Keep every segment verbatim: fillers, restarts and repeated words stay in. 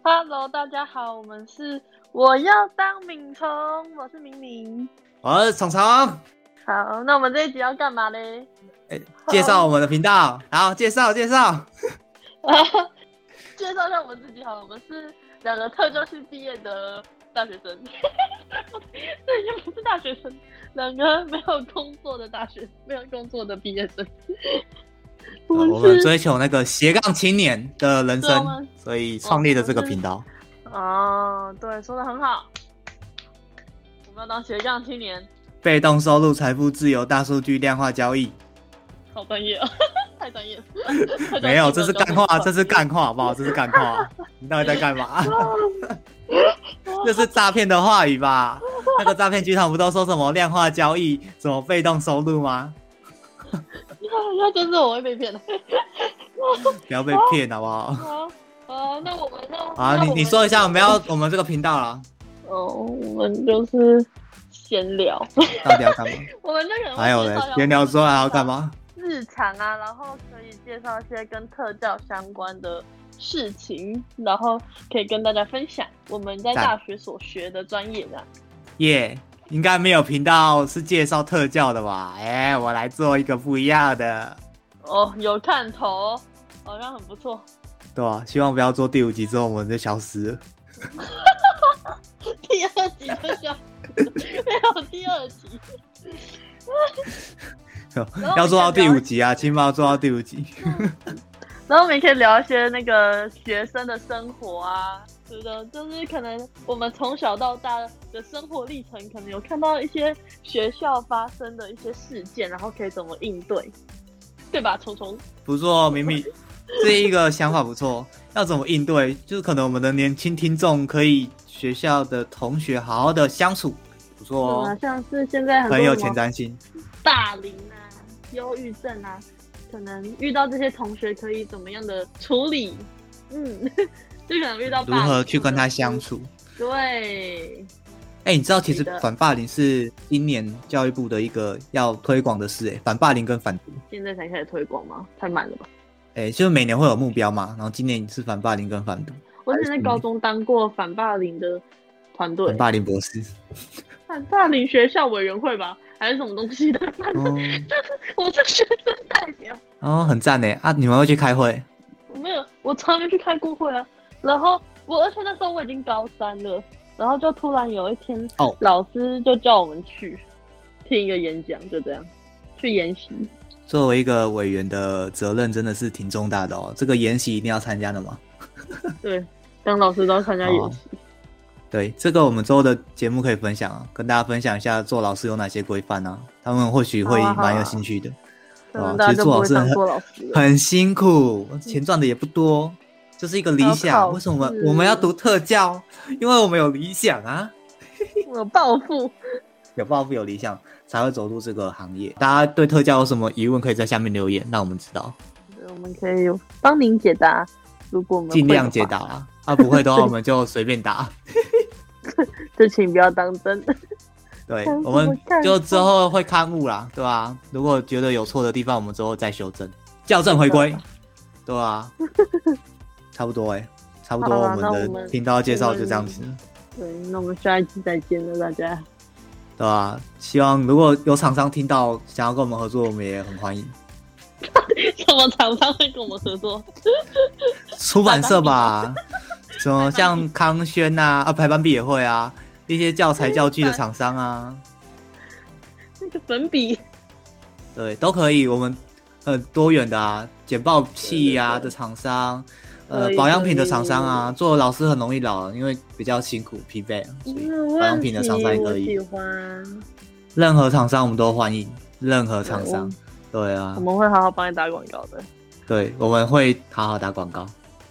Hello，大家好，我们是我要当敏虫，我是明明， 我是虫虫。 好，那我们这一集要干嘛嘞？ 欸、介绍我们的频道，好，介绍介绍。 介绍一下我们自己好了，我们是两个特教系毕业的大学生，对，也不是大学生，两个没有工作的大学，没有工作的毕业生。 我们, 我们追求那个斜杠青年的人生，所以创立了这个频道。 哦，对，说得很好。我们要当斜杠青年， 被动收入、财富自由、大数据、量化交易。 好专业啊，太专业了。 没有，这是干话，这是干话，好不好？这是干话。你到底在干嘛？这是诈骗的话语吧？那个诈骗集团不都说什么量化交易、什么被动收入吗？ 那真是我会被骗的。 不要被骗，好不好？ 好，好，那我们呢？ 好，你你说一下我们要我们这个频道啦。 哦，我们就是闲聊。 到底要干嘛？ 我们那个还有嘞，闲聊之外还要干嘛？ 日常啊，然后可以介绍一些跟特教相关的事情，然后可以跟大家分享我们在大学所学的专业的。 耶、yeah, 应该没有频道是介绍特教的吧？哎、欸，我来做一个不一样的。 哦，有看头，好像很不错。 对啊，希望不要做第五集之后我们就消失了。 第二集就消失了，没有第二集。 要做到第五集啊，起码要做到第五集。 然后我们也可以聊一些那个学生的生活啊，对不对？就是可能我们从小到大的生活历程，可能有看到一些学校发生的一些事件，然后可以怎么应对，对吧？虫虫不错，明明这一个想法不错。要怎么应对？就是可能我们的年轻听众可以学校的同学好好的相处，不错哦。 啊，像是现在很多很有前瞻性， 霸凌啊、忧郁症啊。可能遇到这些同学可以怎么样的处理？嗯，就可能遇到霸凌如何去跟他相处？ 对。 哎、欸，你知道其实反霸凌是今年教育部的一个要推广的事哎、欸，反霸凌跟反毒。 现在才开始推广吗？太慢了吧？ 哎、欸，就是每年会有目标嘛，然后今年是反霸凌跟反毒。 我之前在高中当过反霸凌的团队， 反霸凌博士， 反霸凌学校委员会吧，还是什么东西的？哦、我是学生代表。 哦，很赞呢啊！你们会去开会？ 我没有，我从来没去开过会啊。然后我，而且那时候我已经高三了，然后就突然有一天，哦，老师就叫我们去听一个演讲，就这样去研习。 作为一个委员的责任真的是挺重大的哦，这个研习一定要参加的吗？ 对，当老师都要参加研习。 对，这个我们之后的节目可以分享啊，跟大家分享一下做老师有哪些规范啊，他们或许会蛮有兴趣的。 可能大家就不会当做老师很很辛苦，钱赚的也不多，这、就是一个理想。为什么我们要读特教？因为我们有理想啊， 有抱负， 有抱负有理想才会走入这个行业。大家对特教有什么疑问，可以在下面留言，让我们知道。 我们可以帮您解答，如果我们尽量解答啊，啊不会的话我们就随便答。 就请不要当真。 对，我们就之后会刊物啦，对吧、啊？如果觉得有错的地方，我们之后再修正、校正回归，对吧、啊？差不多哎、欸，差不多我们的频道介绍就这样子。 对，那我们下一期再见了，大家。 对吧、啊？希望如果有厂商听到想要跟我们合作，我们也很欢迎。 什么厂商会跟我们合作？ 出版社吧，什么像康轩啊、啊排版笔也会啊。一些教材教具的厂商啊， 那个粉笔， 对，都可以。我们很多元的啊，简报器啊的厂商，呃，保养品的厂商啊，做老师很容易老，因为比较辛苦疲惫，所以保养品的厂商也可以。 喜欢任何厂商我们都欢迎，任何厂商，对啊， 我们会好好帮你打广告的。 对，我们会好好打广告。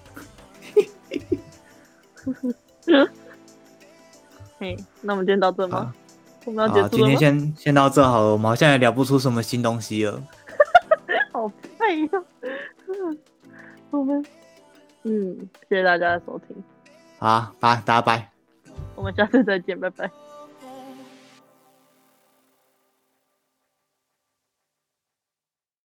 嘿，那我们今天到这吗？我们要结束了吗？ 今天先先到这好了，我们好像也聊不出什么新东西了。 好废呀、喔！我们，嗯，谢谢大家的收听。 好，拜，大家拜。 我们下次再见，拜拜。